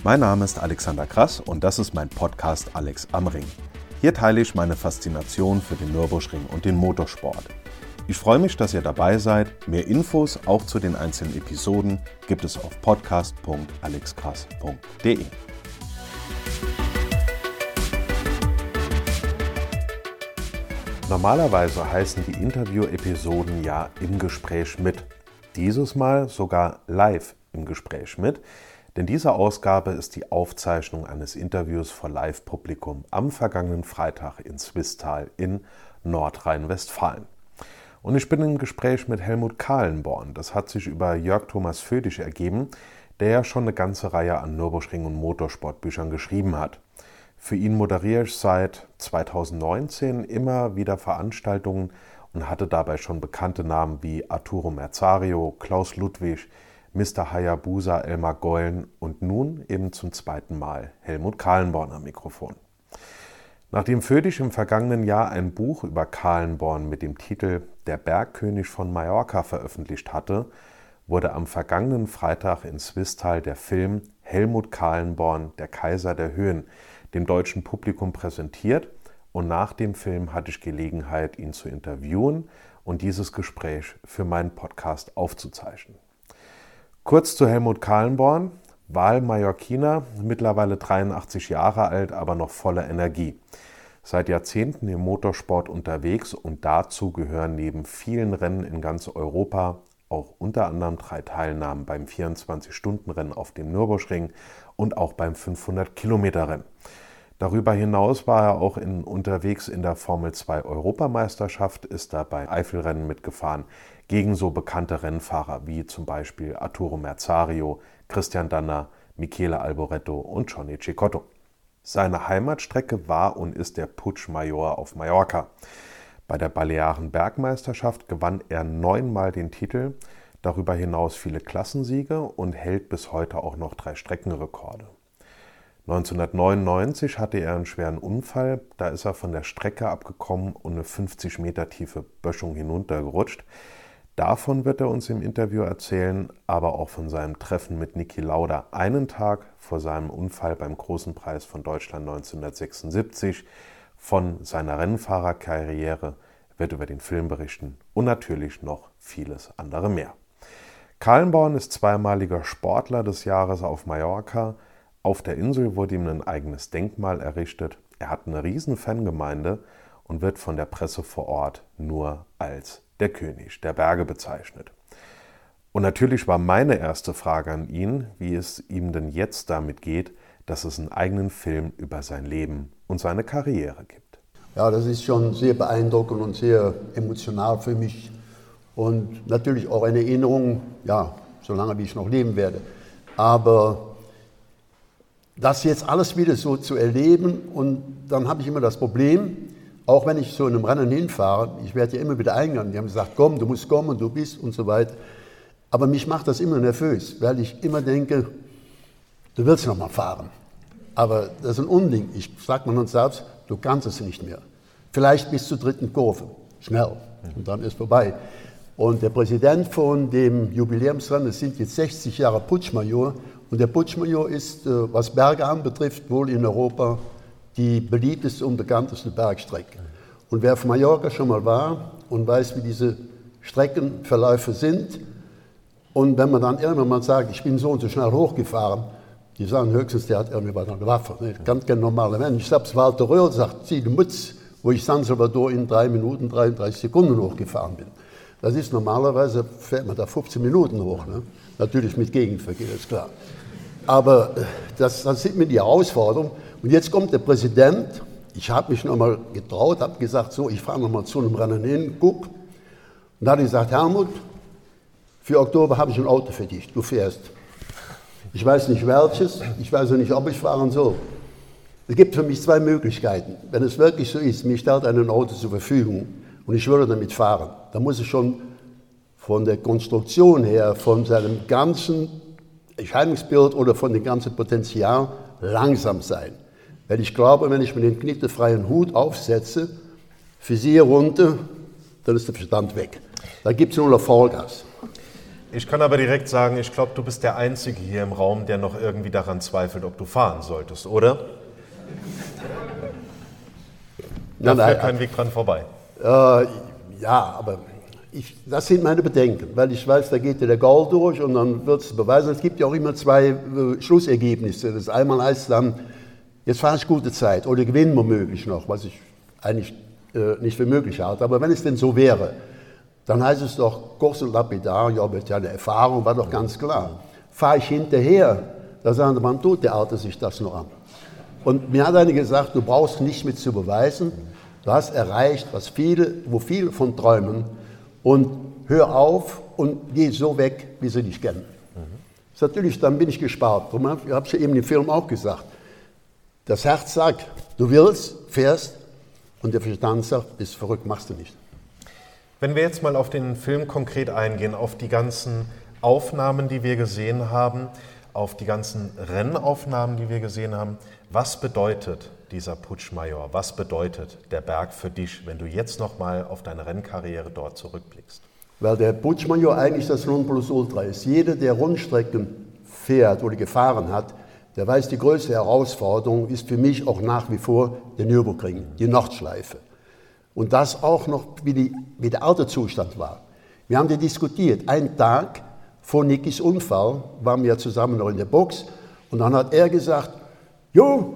Mein Name ist Alexander Krass und das ist mein Podcast Alex am Ring. Hier teile ich meine Faszination für den Nürburgring und den Motorsport. Ich freue mich, dass ihr dabei seid. Mehr Infos auch zu den einzelnen Episoden gibt es auf podcast.alexkrass.de. Normalerweise heißen die Interview-Episoden ja im Gespräch mit. Dieses Mal sogar live im Gespräch mit, denn diese Ausgabe ist die Aufzeichnung eines Interviews vor Live-Publikum am vergangenen Freitag in Swisttal in Nordrhein-Westfalen. Und ich bin im Gespräch mit Helmut Kahlenborn. Das hat sich über Jörg Thomas Födisch ergeben, der ja schon eine ganze Reihe an Nürburgring- und Motorsportbüchern geschrieben hat. Für ihn moderiere ich seit 2019 immer wieder Veranstaltungen und hatte dabei schon bekannte Namen wie Arturo Merzario, Klaus Ludwig, Mr. Hayabusa, Elmar Geulen und nun eben zum zweiten Mal Helmut Kahlenborn am Mikrofon. Nachdem Födisch im vergangenen Jahr ein Buch über Kahlenborn mit dem Titel Der Bergkönig von Mallorca veröffentlicht hatte, wurde am vergangenen Freitag in Swisttal der Film Helmut Kahlenborn, der Kaiser der Höhen, dem deutschen Publikum präsentiert und nach dem Film hatte ich Gelegenheit, ihn zu interviewen und dieses Gespräch für meinen Podcast aufzuzeichnen. Kurz zu Helmut Kahlenborn, Wahlmallorquiner, mittlerweile 83 Jahre alt, aber noch voller Energie. Seit Jahrzehnten im Motorsport unterwegs und dazu gehören neben vielen Rennen in ganz Europa auch unter anderem 3 Teilnahmen beim 24-Stunden-Rennen auf dem Nürburgring und auch beim 500-Kilometer-Rennen. Darüber hinaus war er auch unterwegs in der Formel 2 Europameisterschaft, ist da bei Eifelrennen mitgefahren, gegen so bekannte Rennfahrer wie zum Beispiel Arturo Merzario, Christian Danner, Michele Alboreto und Johnny Cecotto. Seine Heimatstrecke war und ist der Puig Major auf Mallorca. Bei der Balearen-Bergmeisterschaft gewann er 9-mal den Titel, darüber hinaus viele Klassensiege und hält bis heute auch noch 3 Streckenrekorde. 1999 hatte er einen schweren Unfall, da ist er von der Strecke abgekommen und eine 50 Meter tiefe Böschung hinuntergerutscht. Davon wird er uns im Interview erzählen, aber auch von seinem Treffen mit Niki Lauda einen Tag vor seinem Unfall beim Großen Preis von Deutschland 1976, von seiner Rennfahrerkarriere, wird über den Film berichten und natürlich noch vieles andere mehr. Kahlenborn ist zweimaliger Sportler des Jahres auf Mallorca. Auf der Insel wurde ihm ein eigenes Denkmal errichtet. Er hat eine riesen Fangemeinde und wird von der Presse vor Ort nur als der König der Berge bezeichnet. Und natürlich war meine erste Frage an ihn, wie es ihm denn jetzt damit geht, dass es einen eigenen Film über sein Leben und seine Karriere gibt. Ja, das ist schon sehr beeindruckend und sehr emotional für mich. Und natürlich auch eine Erinnerung, ja, solange wie ich noch leben werde. Aber das jetzt alles wieder so zu erleben und dann habe ich immer das Problem, auch wenn ich so in einem Rennen hinfahre, ich werde ja immer wieder eingeladen, die haben gesagt, komm, du musst kommen, du bist und so weiter. Aber mich macht das immer nervös, weil ich immer denke, du willst noch mal fahren. Aber das ist ein Unding. Ich sage mir uns selbst, du kannst es nicht mehr. Vielleicht bis zur 3. Kurve, schnell, und dann ist vorbei. Und der Präsident von dem Jubiläumsrennen, es sind jetzt 60 Jahre Puig Major, und der Puig Major ist, was Berge anbetrifft, wohl in Europa die beliebteste und bekannteste Bergstrecke. Und wer auf Mallorca schon mal war und weiß, wie diese Streckenverläufe sind, und wenn man dann irgendwann mal sagt, ich bin so und so schnell hochgefahren, die sagen höchstens, der hat irgendwie bei einer Waffe. Ne? Ganz kein normaler Mensch. Selbst Walter Röhrl sagt, zieh die Mütze, wo ich San Salvador in 3 Minuten 33 Sekunden hochgefahren bin. Das ist normalerweise, fährt man da 15 Minuten hoch. Ne? Natürlich mit Gegenverkehr, ist klar. Aber das sind mir die Herausforderungen. Und jetzt kommt der Präsident, ich habe mich nochmal getraut, habe gesagt, so, ich fahre nochmal zu einem Rennen hin, guck. Und dann hat er gesagt, Helmut, für Oktober habe ich ein Auto für dich, du fährst. Ich weiß nicht welches, ich weiß auch nicht, ob ich fahren soll. Es gibt für mich 2 Möglichkeiten. Wenn es wirklich so ist, mir stellt ein Auto zur Verfügung und ich würde damit fahren, dann muss es schon von der Konstruktion her, von seinem ganzen Erscheinungsbild oder von dem ganzen Potenzial langsam sein. Weil ich glaube, wenn ich mir den knittelfreien Hut aufsetze, für sie runter, dann ist der Verstand weg. Da gibt es nur noch Vollgas. Ich kann aber direkt sagen, ich glaube, du bist der Einzige hier im Raum, der noch irgendwie daran zweifelt, ob du fahren solltest, oder? Da führt kein Weg dran vorbei. Ja, aber das sind meine Bedenken, weil ich weiß, da geht ja der Gaul durch und dann wird es beweisen. Es gibt ja auch immer zwei Schlussergebnisse. Das einmal heißt dann, jetzt fahre ich gute Zeit oder gewinnen womöglich noch, was ich eigentlich nicht für möglich halte. Aber wenn es denn so wäre, dann heißt es doch kurz und lapidar, ja, mit deiner Erfahrung war doch ganz klar. Fahre ich hinterher, da sagen man, tut der Alte sich das noch an. Und mir hat einer gesagt, du brauchst nichts mit zu beweisen, du hast erreicht, wo viele von träumen und hör auf und geh so weg, wie sie dich kennen. Das ist natürlich, dann bin ich gespart. Darum habe ich ja eben im Film auch gesagt, das Herz sagt, du willst, fährst und der Verstand sagt, bist verrückt, machst du nicht. Wenn wir jetzt mal auf den Film konkret eingehen, auf die ganzen Aufnahmen, die wir gesehen haben, auf die ganzen Rennaufnahmen, die wir gesehen haben, was bedeutet dieser Puigmajor? Was bedeutet der Berg für dich, wenn du jetzt nochmal auf deine Rennkarriere dort zurückblickst? Weil der Puigmajor eigentlich das Nonplusultra ist. Jeder, der Rundstrecken fährt oder gefahren hat, der weiß, die größte Herausforderung ist für mich auch nach wie vor der Nürburgring, die Nordschleife. Und das auch noch, wie der alte Zustand war. Wir haben ja diskutiert. Einen Tag vor Nikis Unfall waren wir zusammen noch in der Box. Und dann hat er gesagt, jo,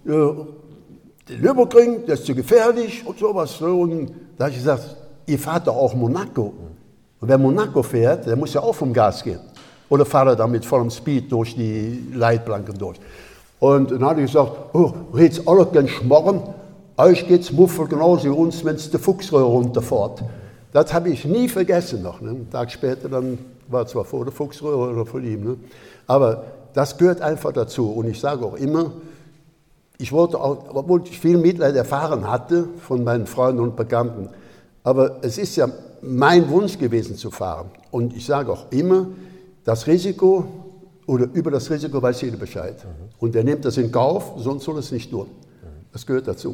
der Nürburgring, der ist zu gefährlich und sowas. Und da habe ich gesagt, ihr fahrt doch auch Monaco. Und wer Monaco fährt, der muss ja auch vom Gas gehen. Oder fahrt er dann mit vollem Speed durch die Leitplanken durch. Und dann hat er gesagt, oh, red's alle kein Schmorren. Euch geht's Muffel genauso wie uns, wenn es der Fuchsröhre runterfährt. Das habe ich nie vergessen noch. Ne? Einen Tag später, dann war zwar vor der Fuchsröhre oder vor ihm. Ne? Aber das gehört einfach dazu. Und ich sage auch immer, ich wollte auch, obwohl ich viel Mitleid erfahren hatte von meinen Freunden und Bekannten, aber es ist ja mein Wunsch gewesen zu fahren. Und ich sage auch immer, das Risiko oder über das Risiko weiß jeder Bescheid. Und er nimmt das in Kauf, sonst soll es nicht tun. Das gehört dazu.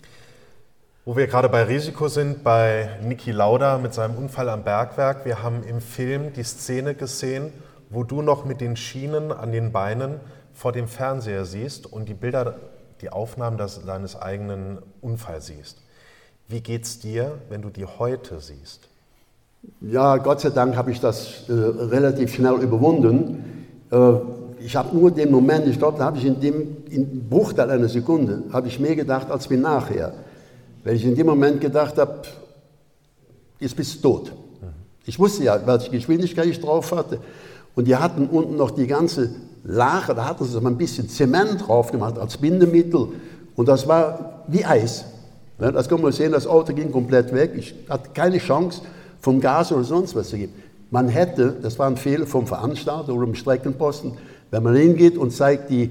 Wo wir gerade bei Risiko sind, bei Niki Lauda mit seinem Unfall am Bergwerk. Wir haben im Film die Szene gesehen, wo du noch mit den Schienen an den Beinen vor dem Fernseher siehst und die Bilder, die Aufnahmen deines eigenen Unfalls siehst. Wie geht's dir, wenn du die heute siehst? Ja, Gott sei Dank habe ich das relativ schnell überwunden. Ich habe nur den Moment, ich glaube, da habe ich in Bruchteil einer Sekunde, habe ich mehr gedacht als wie nachher. Weil ich in dem Moment gedacht habe, jetzt bist du tot. Ich wusste ja, welche Geschwindigkeit ich drauf hatte. Und die hatten unten noch die ganze Lache, da hatten sie mal ein bisschen Zement drauf gemacht als Bindemittel. Und das war wie Eis. Das kann man sehen, das Auto ging komplett weg. Ich hatte keine Chance, vom Gas oder sonst was zu geben. Man hätte, das war ein Fehler vom Veranstalter oder dem Streckenposten, wenn man hingeht und zeigt die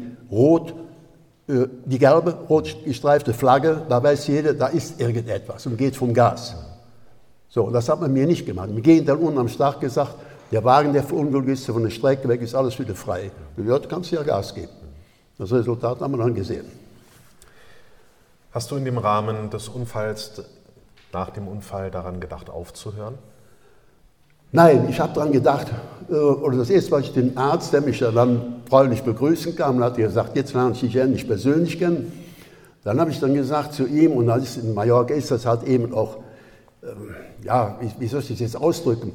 gelbe, rot gestreifte Flagge, da weiß jeder, da ist irgendetwas und geht vom Gas. So, das hat man mir nicht gemacht. Wir gehen dann unten am Start gesagt, der Wagen, der verunglückt ist, von der Strecke weg, ist alles wieder frei. Ja, du kannst ja Gas geben. Das Resultat haben wir dann gesehen. Hast du in dem Rahmen des Unfalls, nach dem Unfall daran gedacht, aufzuhören? Nein, ich habe daran gedacht, oder das erste, was ich den Arzt, der mich ja dann freundlich begrüßen kam, hat gesagt, jetzt lerne ich dich endlich persönlich kennen. Dann habe ich dann gesagt zu ihm, und als es in Mallorca ist, das halt eben auch, ja, wie soll ich das jetzt ausdrücken?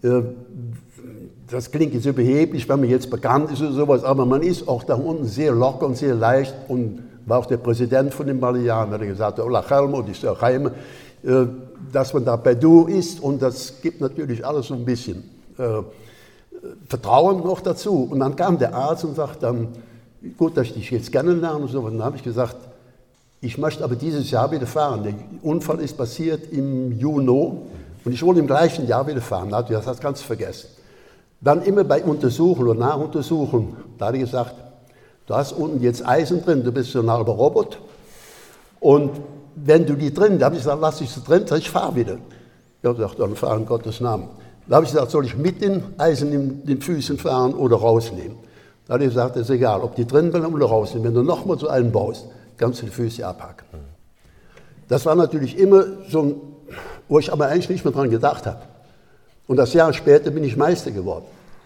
Das klingt jetzt überheblich, wenn man jetzt bekannt ist oder sowas, aber man ist auch da unten sehr locker und sehr leicht und war auch der Präsident von den Balearen, hat gesagt, Ola Chelmo, die ist ja Jaime, dass man da bei Du ist und das gibt natürlich alles so ein bisschen Vertrauen noch dazu. Und dann kam der Arzt und sagt dann, gut, dass ich dich jetzt kennenlerne und so. Und dann habe ich gesagt, ich möchte aber dieses Jahr wieder fahren. Der Unfall ist passiert im Juni und ich wollte im gleichen Jahr wieder fahren. Da hat er gesagt, das kannst du vergessen. Dann immer bei Untersuchungen und Nachuntersuchungen, da hat er gesagt, du hast unten jetzt Eisen drin, du bist so ein halber Robot. Und wenn du die drin, da habe ich gesagt, lass ich sie drin, ich fahre wieder. Ja, ich dachte, dann fahr in Gottes Namen. Da habe ich gesagt, soll ich mit den Eisen in den Füßen fahren oder rausnehmen? Da hat er gesagt, das ist egal, ob die drin bleiben oder rausnehmen. Wenn du nochmal so einen baust, kannst du die Füße abhacken. Das war natürlich immer so ein, wo ich aber eigentlich nicht mehr dran gedacht habe. Und das Jahr später bin ich Meister geworden.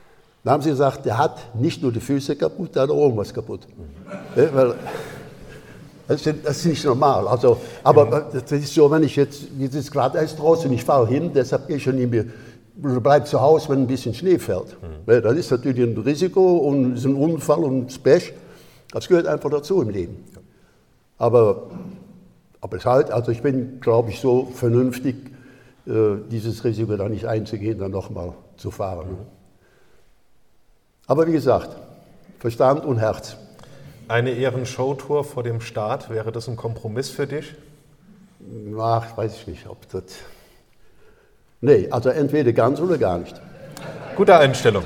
Da haben sie gesagt, der hat nicht nur die Füße kaputt, der hat auch irgendwas kaputt. Weil, das ist nicht normal. Also, aber das ist so, wenn ich jetzt ist Glatteis draußen und ich fahre hin, deshalb gehe ich schon nicht mehr, bleib zu Hause, wenn ein bisschen Schnee fällt. Das ist natürlich ein Risiko und ist ein Unfall und ein Pech. Das gehört einfach dazu im Leben. Aber es halt, also ich bin, glaube ich, so vernünftig, dieses Risiko da nicht einzugehen, dann nochmal zu fahren. Aber wie gesagt, Verstand und Herz. Eine Ehrenshowtour vor dem Start, wäre das ein Kompromiss für dich? Ach, weiß ich nicht, ob das... Nee, also entweder ganz oder gar nicht. Gute Einstellung.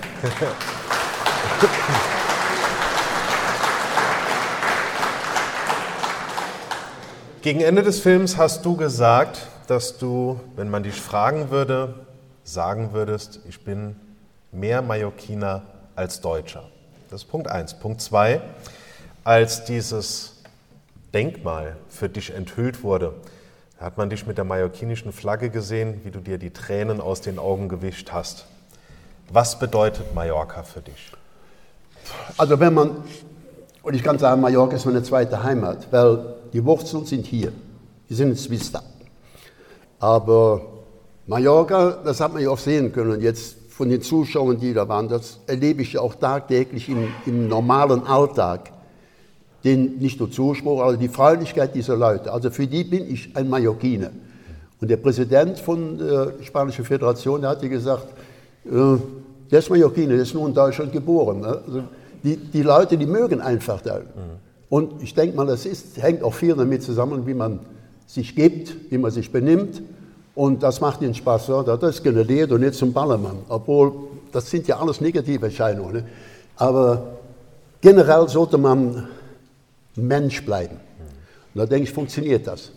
Gegen Ende des Films hast du gesagt, dass du, wenn man dich fragen würde, sagen würdest, ich bin mehr Mallorquiner als Deutscher. Das ist Punkt 1. Punkt 2, als dieses Denkmal für dich enthüllt wurde, hat man dich mit der mallorquinischen Flagge gesehen, wie du dir die Tränen aus den Augen gewischt hast. Was bedeutet Mallorca für dich? Also wenn man, und ich kann sagen, Mallorca ist meine zweite Heimat, weil die Wurzeln sind hier, die sind in Zwista. Aber Mallorca, das hat man ja auch sehen können, und jetzt von den Zuschauern, die da waren, das erlebe ich ja auch tagtäglich im normalen Alltag. Den, nicht nur Zuspruch, aber die Freundlichkeit dieser Leute. Also für die bin ich ein Mallorquiner. Und der Präsident von der Spanischen Föderation, der hat ja gesagt, der ist Mallorquiner, der ist nur in Deutschland geboren. Also die Leute, die mögen einfach da. Und ich denke mal, das hängt auch viel damit zusammen, wie man sich gibt, wie man sich benimmt. Und das macht ihnen Spaß. Ja? Das ist generiert und nicht zum Ballermann. Obwohl, das sind ja alles negative Erscheinungen. Ne? Aber generell sollte man Mensch bleiben. Und da denke ich, funktioniert das.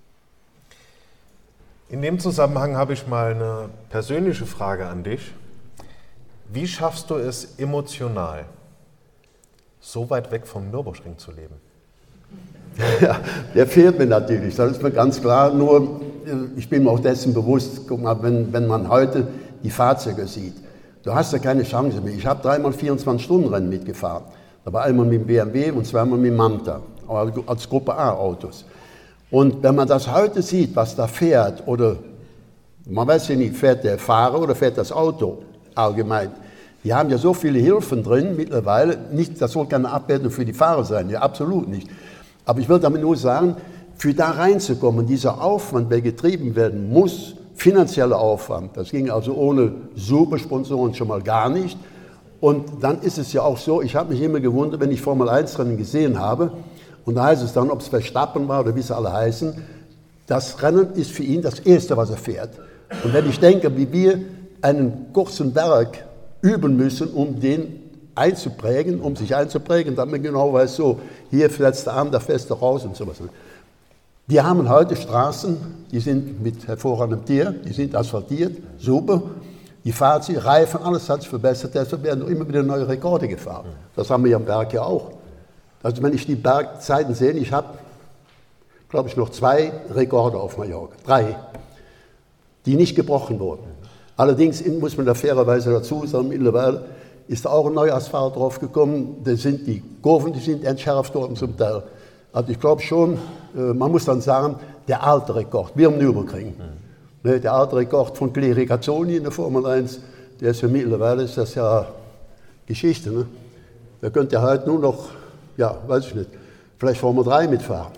In dem Zusammenhang habe ich mal eine persönliche Frage an dich. Wie schaffst du es emotional, so weit weg vom Nürburgring zu leben? Ja, der fehlt mir natürlich, das ist mir ganz klar. Nur, ich bin mir auch dessen bewusst, guck mal, wenn man heute die Fahrzeuge sieht, du hast ja keine Chance mehr. Ich habe 3x 24-Stunden-Rennen mitgefahren. Da war einmal mit dem BMW und zweimal mit dem Manta, als Gruppe A-Autos. Und wenn man das heute sieht, was da fährt, oder man weiß ja nicht, fährt der Fahrer oder fährt das Auto allgemein, die haben ja so viele Hilfen drin mittlerweile, nicht, das soll keine Abwertung für die Fahrer sein, ja absolut nicht. Aber ich will damit nur sagen, für da reinzukommen, dieser Aufwand, der getrieben werden muss, finanzieller Aufwand, das ging also ohne Supersponsoren schon mal gar nicht. Und dann ist es ja auch so, ich habe mich immer gewundert, wenn ich Formel-1-Rennen gesehen habe, und da heißt es dann, ob es Verstappen war oder wie sie alle heißen, das Rennen ist für ihn das Erste, was er fährt. Und wenn ich denke, wie wir einen kurzen Berg üben müssen, um den einzuprägen, um sich einzuprägen, damit man genau weiß, so, hier fährst du an, da fährst du raus und sowas. Wir haben heute Straßen, die sind mit hervorragendem Tier, die sind asphaltiert, super. Die Fahrzeuge, Reifen, alles hat sich verbessert, deshalb werden immer wieder neue Rekorde gefahren. Das haben wir am Berg ja auch. Also wenn ich die Bergzeiten sehe, ich habe, glaube ich, noch 2 Rekorde auf Mallorca, 3, die nicht gebrochen wurden. Allerdings muss man da fairerweise dazu sagen, mittlerweile ist da auch ein neuer Asphalt draufgekommen, da sind die Kurven, die sind entschärft worden zum Teil. Also ich glaube schon, man muss dann sagen, der alte Rekord, wie am Nürburgring. Der alte Rekord von Clay Regazzoni in der Formel 1, der ist ja mittlerweile, ist das ja Geschichte. Ne? Da könnt ihr halt nur noch, ja, weiß ich nicht, vielleicht Formel 3 mitfahren.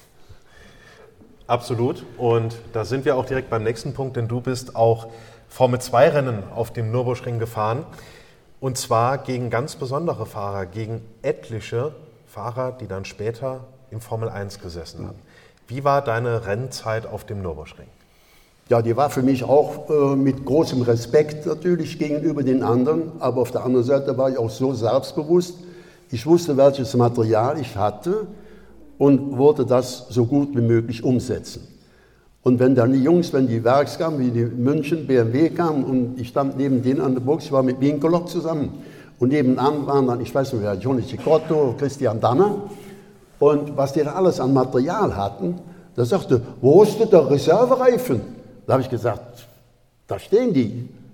Absolut. Und da sind wir auch direkt beim nächsten Punkt, denn du bist auch Formel-2-Rennen auf dem Nürburgring gefahren. Und zwar gegen ganz besondere Fahrer, gegen etliche Fahrer, die dann später im Formel 1 gesessen haben. Wie war deine Rennzeit auf dem Nürburgring? Ja, die war für mich auch mit großem Respekt natürlich gegenüber den anderen, aber auf der anderen Seite war ich auch so selbstbewusst. Ich wusste, welches Material ich hatte und wollte das so gut wie möglich umsetzen. Und wenn dann die Jungs, wenn die Werks kamen, wie die München, BMW kamen und ich stand neben denen an der Box, ich war mit Winkelhock zusammen und nebenan waren dann, ich weiß nicht wer, Johnny Cicotto, Christian Danner und was die da alles an Material hatten, da sagte, wo ist denn der Reservereifen? Da habe ich gesagt, da stehen die.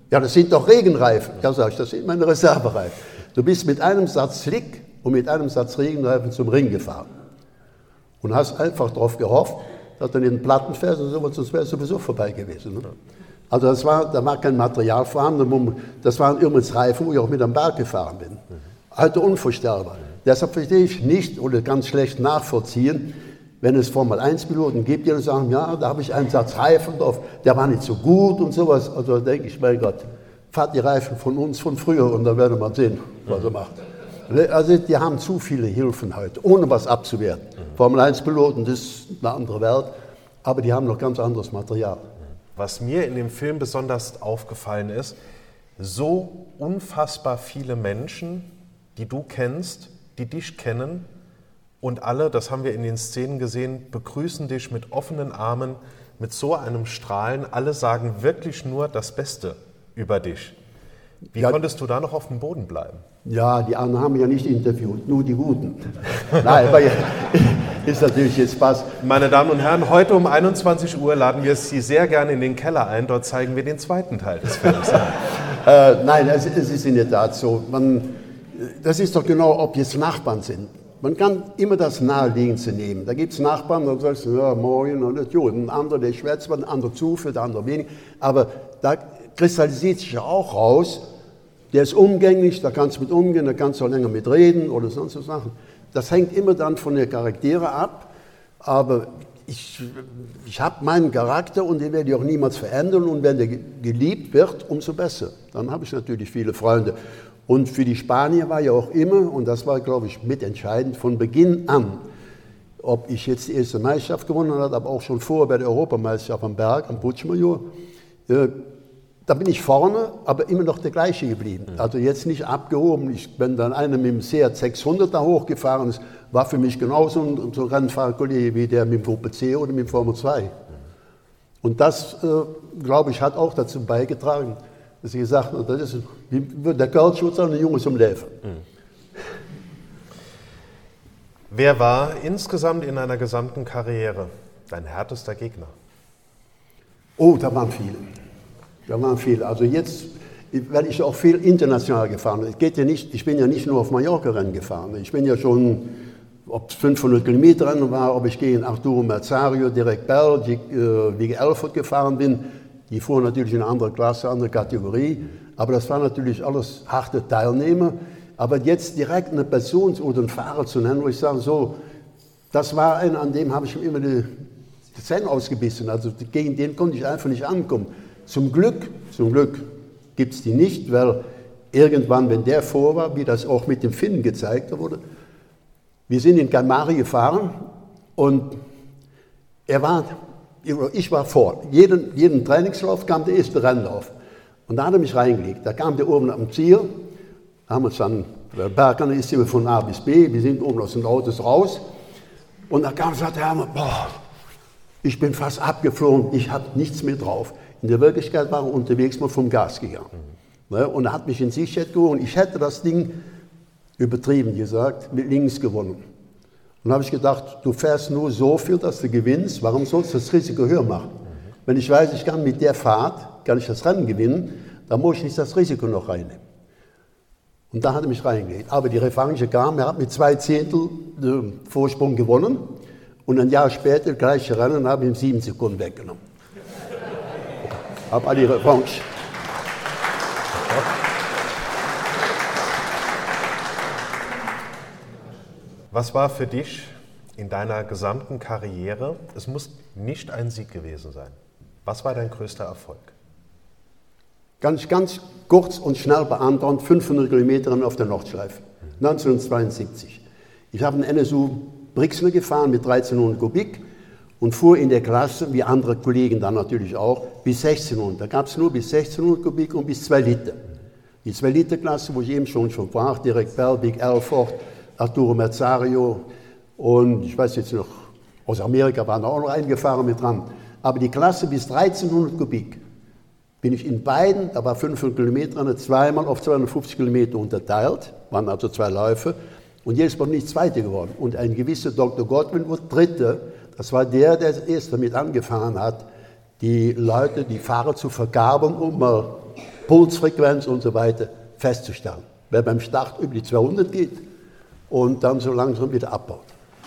Ja, das sind doch Regenreifen. Ja, sag ich, das sind meine Reservereifen. Du bist mit einem Satz Slick und mit einem Satz Regenreifen zum Ring gefahren. Und hast einfach darauf gehofft, dass du in den Platten fährst, sonst wäre es sowieso vorbei gewesen. Ne? Also da war kein Material vorhanden, das waren übrigens Reifen, wo ich auch mit am Berg gefahren bin. Heute unvorstellbar. Deshalb verstehe ich nicht oder ganz schlecht nachvollziehen, wenn es Formel-1-Piloten gibt, die sagen, ja, da habe ich einen Satz Reifen drauf, der war nicht so gut und sowas. Also da denke ich, mein Gott, fahrt die Reifen von uns von früher und dann werden wir sehen, was er macht. Also die haben zu viele Hilfen heute, ohne was abzuwerten. Formel-1-Piloten, das ist eine andere Welt, aber die haben noch ganz anderes Material. Was mir in dem Film besonders aufgefallen ist, so unfassbar viele Menschen, die du kennst, die dich kennen, und alle, das haben wir in den Szenen gesehen, begrüßen dich mit offenen Armen, mit so einem Strahlen. Alle sagen wirklich nur das Beste über dich. Wie konntest du da noch auf dem Boden bleiben? Ja, die anderen haben ja nicht interviewt, nur die Guten. Nein, aber ist natürlich jetzt Spaß. Meine Damen und Herren, heute um 21 Uhr laden wir Sie sehr gerne in den Keller ein. Dort zeigen wir den zweiten Teil des Films. Nein, es ist in der Tat so. Das ist doch genau, ob jetzt Nachbarn sind. Man kann immer das Naheliegendste nehmen. Da gibt es Nachbarn, dann sagst du, ja, moin, und das, jo, ein anderer, der schwätzt, ein anderer zuführt, der andere wenig. Aber da kristallisiert sich ja auch raus, der ist umgänglich, da kannst du mit umgehen, da kannst du auch länger mit reden oder sonst so Sachen. Das hängt immer dann von der Charaktere ab, aber ich habe meinen Charakter und den werde ich auch niemals verändern, und wenn der geliebt wird, umso besser. Dann habe ich natürlich viele Freunde. Und für die Spanier war ja auch immer, und das war, glaube ich, mitentscheidend, von Beginn an, ob ich jetzt die erste Meisterschaft gewonnen habe, aber auch schon vorher bei der Europameisterschaft am Berg, am Puigmajor, da bin ich vorne, aber immer noch der gleiche geblieben. Also jetzt nicht abgehoben. Wenn dann einer mit dem Seat 600 da hochgefahren ist, war für mich genauso ein Rennfahrerkollege wie der mit dem Gruppe C oder mit dem Formel 2. Und das, glaube ich, hat auch dazu beigetragen, dass ich gesagt habe, das ist der Kerlschutz an den Jungs zum Leben. Wer war insgesamt in deiner gesamten Karriere dein härtester Gegner? Oh, da waren viele. Also jetzt werde ich auch viel international gefahren. Es geht ja nicht, ich bin ja nicht nur auf Mallorca-Rennen gefahren. Ich bin ja schon, ob es 500 Kilometer Rennen war, ob ich gegen Arturo Merzario, Derek Bell, Wigge Elford gefahren bin. Die fuhren natürlich in eine andere Klasse, andere Kategorie. Aber das waren natürlich alles harte Teilnehmer. Aber jetzt direkt eine Person oder einen Fahrer zu nennen, wo ich sage, so, das war einer, an dem habe ich mir immer die Zähne ausgebissen. Also gegen den konnte ich einfach nicht ankommen. Zum Glück gibt es die nicht, weil irgendwann, wenn der vor war, wie das auch mit dem Finnen gezeigt wurde, wir sind in Camari gefahren und ich war vor. Jeden Trainingslauf kam der erste Rennlauf. Und da hat er mich reingelegt. Da kam der oben am Ziel, da haben wir uns dann, der Berger ist immer von A bis B, wir sind oben aus den Autos raus. Und da kam und sagte Hermann, boah, ich bin fast abgeflogen, ich hatte nichts mehr drauf. In der Wirklichkeit war er unterwegs mal vom Gas gegangen. Und er hat mich in Sicherheit geholt und ich hätte das Ding, übertrieben gesagt, mit links gewonnen. Und dann habe ich gedacht, du fährst nur so viel, dass du gewinnst, warum sollst du das Risiko höher machen? Wenn ich weiß, ich kann mit der Fahrt, kann ich das Rennen gewinnen, dann muss ich nicht das Risiko noch reinnehmen. Und da hat er mich reingelegt. Aber die Revanche kam, er hat mit 2 Zehntel Vorsprung gewonnen und ein Jahr später, das gleiche Rennen, habe ich ihm 7 Sekunden weggenommen. Habe alle die Revanche. Was war für dich in deiner gesamten Karriere, es muss nicht ein Sieg gewesen sein, was war dein größter Erfolg? Ganz kurz und schnell beantwortet, 500 Kilometer auf der Nordschleife, 1972. Ich habe einen NSU Brixner gefahren mit 1300 Kubik und fuhr in der Klasse, wie andere Kollegen dann natürlich auch, bis 1600. Da gab es nur bis 1600 Kubik und bis 2 Liter. Die 2 Liter Klasse, wo ich eben schon sprach, Derek Bell, Wigge Elford, Arturo Merzario und ich weiß jetzt noch, aus Amerika waren da auch noch eingefahren mit dran. Aber die Klasse bis 1300 Kubik bin ich in beiden, da war 500 Kilometer, zweimal auf 250 Kilometer unterteilt, waren also 2 Läufe. Und jedes Mal bin ich Zweiter geworden. Und ein gewisser Dr. Godwin wurde Dritter. Das war der erst damit angefangen hat, die Leute, die Fahrer zu vergaben, um mal Pulsfrequenz und so weiter festzustellen. Wer beim Start über die 200 geht und dann so langsam wieder abbaut.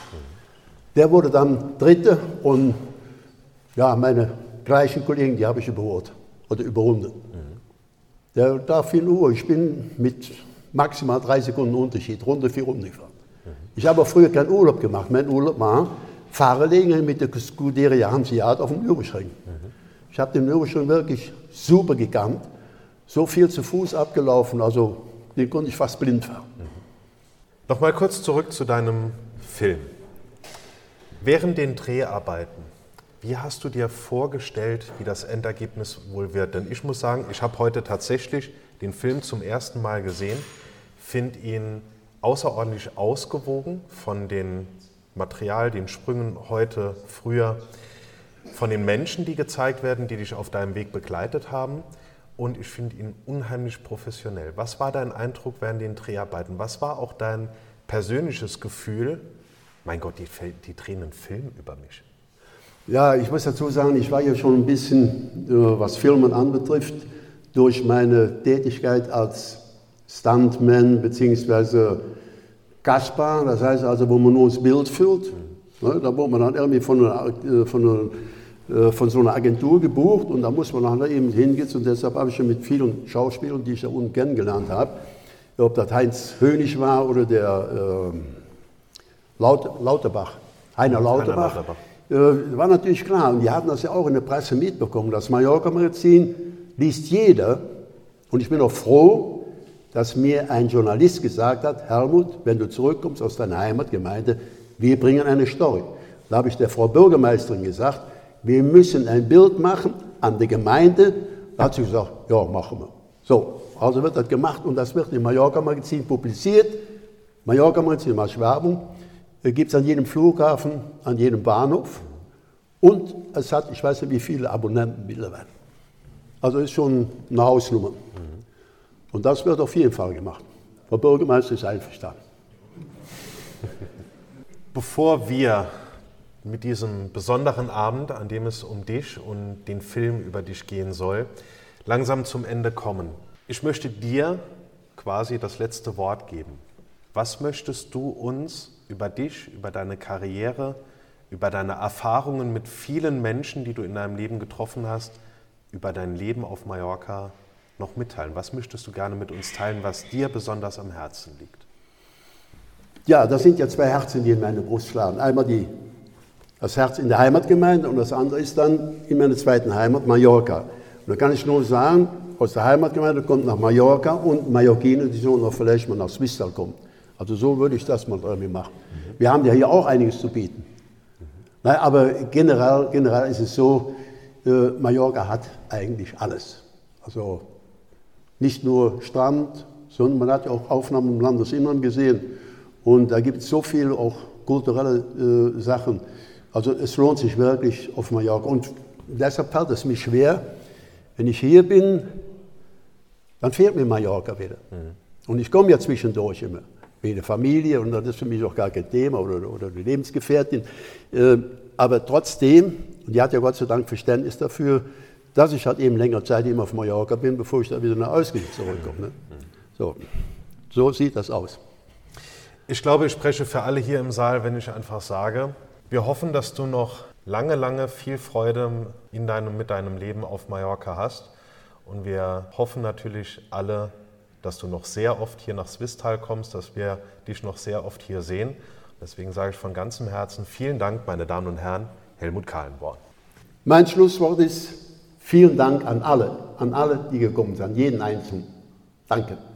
Der wurde dann Dritter und ja, meine gleichen Kollegen, die habe ich überholt oder überrundet. Der darf 4 Uhr, ich bin mit maximal 3 Sekunden Unterschied, Runde für Runde gefahren. Ich habe auch früher keinen Urlaub gemacht. Mein Urlaub war Fahrerlegen mit der Scuderia Hanseat auf dem Nürburgring. Ich habe den Nürburgring wirklich super gekannt, so viel zu Fuß abgelaufen, also den konnte ich fast blind fahren. Nochmal kurz zurück zu deinem Film. Während den Dreharbeiten, wie hast du dir vorgestellt, wie das Endergebnis wohl wird? Denn ich muss sagen, ich habe heute tatsächlich den Film zum ersten Mal gesehen, finde ihn außerordentlich ausgewogen von dem Material, den Sprüngen heute, früher, von den Menschen, die gezeigt werden, die dich auf deinem Weg begleitet haben. Und ich finde ihn unheimlich professionell. Was war dein Eindruck während den Dreharbeiten? Was war auch dein persönliches Gefühl? Mein Gott, die drehen einen Film über mich. Ja, ich muss dazu sagen, ich war ja schon ein bisschen, was Filmen anbetrifft, durch meine Tätigkeit als Stuntman bzw. Kaspar, das heißt also, wo man nur das Bild führt. Ne, da wurde man dann irgendwie von so einer Agentur gebucht und da muss man dann eben hingehen und deshalb habe ich schon mit vielen Schauspielern, die ich da unten kennengelernt habe, ob das Heinz Hönig war oder der Lauterbach, Heiner Lauterbach, war natürlich klar und die hatten das ja auch in der Presse mitbekommen. Das Mallorca-Magazin liest jeder und ich bin auch froh, dass mir ein Journalist gesagt hat, Helmut, wenn du zurückkommst aus deiner Heimatgemeinde, wir bringen eine Story. Da habe ich der Frau Bürgermeisterin gesagt, wir müssen ein Bild machen an der Gemeinde. Da hat sie gesagt, ja, machen wir. So, also wird das gemacht und das wird im Mallorca-Magazin publiziert. Mallorca-Magazin, mal Werbung, gibt es an jedem Flughafen, an jedem Bahnhof. Und es hat, ich weiß nicht, wie viele Abonnenten mittlerweile. Also ist schon eine Hausnummer. Und das wird auf jeden Fall gemacht. Der Bürgermeister ist einverstanden. Bevor wir mit diesem besonderen Abend, an dem es um dich und den Film über dich gehen soll, langsam zum Ende kommen. Ich möchte dir quasi das letzte Wort geben. Was möchtest du uns über dich, über deine Karriere, über deine Erfahrungen mit vielen Menschen, die du in deinem Leben getroffen hast, über dein Leben auf Mallorca noch mitteilen? Was möchtest du gerne mit uns teilen, was dir besonders am Herzen liegt? Ja, das sind ja 2 Herzen, die in meine Brust schlagen. Einmal das Herz in der Heimatgemeinde und das andere ist dann in meiner zweiten Heimat, Mallorca. Und da kann ich nur sagen, aus der Heimatgemeinde kommt nach Mallorca und Mallorquiner, die sollen auch vielleicht mal nach Swisttal kommen. Also so würde ich das mal irgendwie machen. Wir haben ja hier auch einiges zu bieten. Nein, aber generell ist es so, Mallorca hat eigentlich alles. Also nicht nur Strand, sondern man hat ja auch Aufnahmen im Landesinneren gesehen. Und da gibt es so viele auch kulturelle Sachen. Also es lohnt sich wirklich auf Mallorca. Und deshalb fällt es mir schwer, wenn ich hier bin, dann fehlt mir Mallorca wieder. Und ich komme ja zwischendurch immer. Wie eine Familie und das ist für mich auch gar kein Thema oder eine Lebensgefährtin. Aber trotzdem, und die hat ja Gott sei Dank Verständnis dafür, dass ich halt eben längere Zeit immer auf Mallorca bin, bevor ich da wieder nach Ausgleich zurückkomme. Ne? So sieht das aus. Ich glaube, ich spreche für alle hier im Saal, wenn ich einfach sage, wir hoffen, dass du noch lange viel Freude mit deinem Leben auf Mallorca hast. Und wir hoffen natürlich alle, dass du noch sehr oft hier nach Swisttal kommst, dass wir dich noch sehr oft hier sehen. Deswegen sage ich von ganzem Herzen vielen Dank, meine Damen und Herren, Helmut Kahlenborn. Mein Schlusswort ist vielen Dank an alle, die gekommen sind, an jeden Einzelnen. Danke.